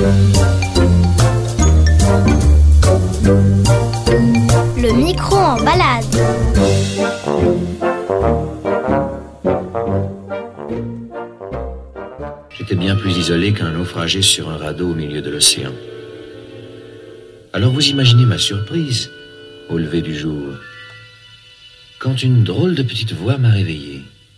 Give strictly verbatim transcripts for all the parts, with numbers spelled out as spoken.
Le micro en balade. J'étais bien plus isolé qu'un naufragé sur un radeau au milieu de l'océan. Alors vous imaginez ma surprise au lever du jour, quand une drôle de petite voix m'a réveillé.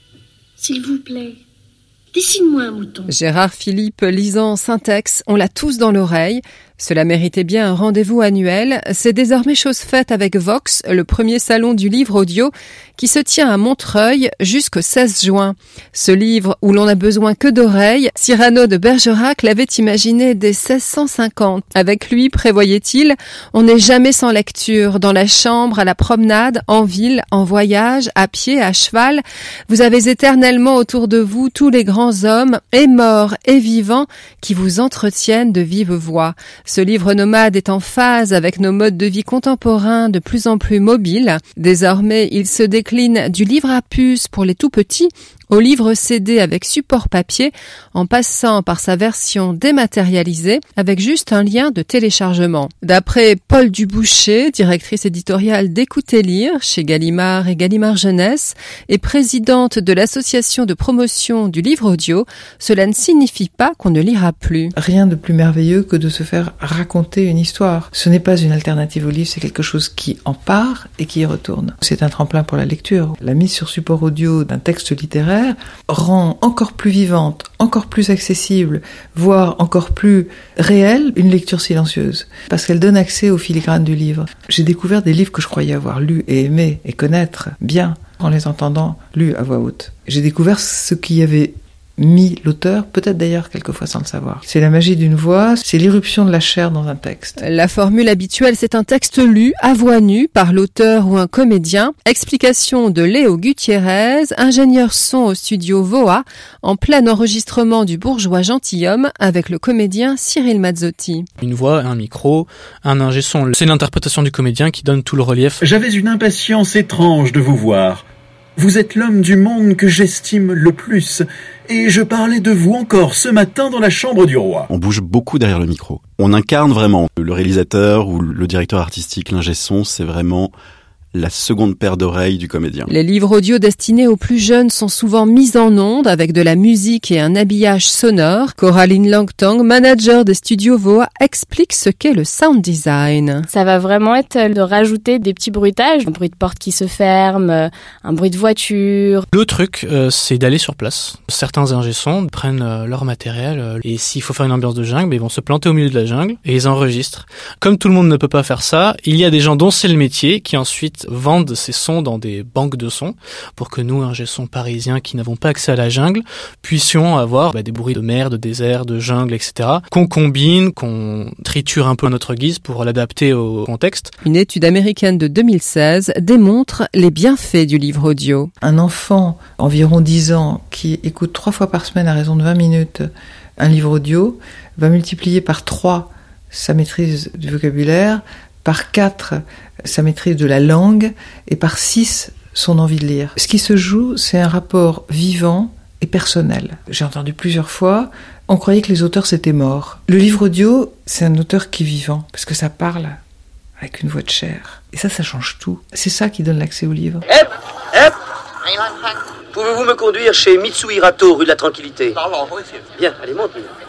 S'il vous plaît, dessine-moi un mouton. Gérard Philipe lisant Syntex, on l'a tous dans l'oreille. Cela méritait bien un rendez-vous annuel. C'est désormais chose faite avec Vox, le premier salon du livre audio qui se tient à Montreuil jusqu'au seize juin. Ce livre où l'on n'a besoin que d'oreilles, Cyrano de Bergerac l'avait imaginé dès seize cent cinquante. Avec lui, prévoyait-il, on n'est jamais sans lecture, dans la chambre, à la promenade, en ville, en voyage, à pied, à cheval. Vous avez éternellement autour de vous tous les grands hommes, et morts et vivants, qui vous entretiennent de vive voix. Ce livre nomade est en phase avec nos modes de vie contemporains de plus en plus mobiles. Désormais, il se décline du livre à puce pour les tout petits au livre C D avec support papier, en passant par sa version dématérialisée avec juste un lien de téléchargement. D'après Paul Duboucher, directrice éditoriale d'Écoute et Lire chez Gallimard et Gallimard Jeunesse et présidente de l'association de promotion du livre audio, cela ne signifie pas qu'on ne lira plus. Rien de plus merveilleux que de se faire raconter une histoire. Ce n'est pas une alternative au livre, c'est quelque chose qui en part et qui y retourne. C'est un tremplin pour la lecture. La mise sur support audio d'un texte littéraire rend encore plus vivante, encore plus accessible, voire encore plus réelle, une lecture silencieuse. Parce qu'elle donne accès au filigrane du livre. J'ai découvert des livres que je croyais avoir lus et aimés et connaître bien en les entendant lus à voix haute. J'ai découvert ce qui avait mis l'auteur, peut-être d'ailleurs quelquefois sans le savoir. C'est la magie d'une voix, c'est l'irruption de la chair dans un texte. La formule habituelle, c'est un texte lu à voix nue par l'auteur ou un comédien. Explication de Léo Gutiérrez, ingénieur son au studio V O A, en plein enregistrement du Bourgeois gentilhomme avec le comédien Cyril Mazzotti. Une voix, un micro, un ingé son. C'est l'interprétation du comédien qui donne tout le relief. J'avais une impatience étrange de vous voir. Vous êtes l'homme du monde que j'estime le plus. Et je parlais de vous encore ce matin dans la chambre du roi. On bouge beaucoup derrière le micro. On incarne vraiment. Le réalisateur ou le directeur artistique, l'ingé son, c'est vraiment la seconde paire d'oreilles du comédien. Les livres audio destinés aux plus jeunes sont souvent mis en ondes avec de la musique et un habillage sonore. Coraline Langtang, manager des studios V O A, explique ce qu'est le sound design. Ça va vraiment être de rajouter des petits bruitages, un bruit de porte qui se ferme, un bruit de voiture. Le truc, euh, c'est d'aller sur place. Certains ingé sons prennent euh, leur matériel euh, et s'il faut faire une ambiance de jungle, ils vont se planter au milieu de la jungle et ils enregistrent. Comme tout le monde ne peut pas faire ça, il y a des gens dont c'est le métier qui ensuite vendent ces sons dans des banques de sons pour que nous, ingé sons parisiens qui n'avons pas accès à la jungle, puissions avoir bah, des bruits de mer, de désert, de jungle, et cetera, qu'on combine, qu'on triture un peu à notre guise pour l'adapter au contexte. Une étude américaine de deux mille seize démontre les bienfaits du livre audio. Un enfant, environ dix ans, qui écoute trois fois par semaine à raison de vingt minutes un livre audio, va multiplier par trois sa maîtrise du vocabulaire, par quatre sa maîtrise de la langue et par six son envie de lire. Ce qui se joue, c'est un rapport vivant et personnel. J'ai entendu plusieurs fois, on croyait que les auteurs s'étaient morts. Le livre audio, c'est un auteur qui est vivant, parce que ça parle avec une voix de chair. Et ça, ça change tout. C'est ça qui donne l'accès au livre. Hep, hep. Pouvez-vous me conduire chez Mitsuhirato, rue de la Tranquillité? Bien, allez, monte.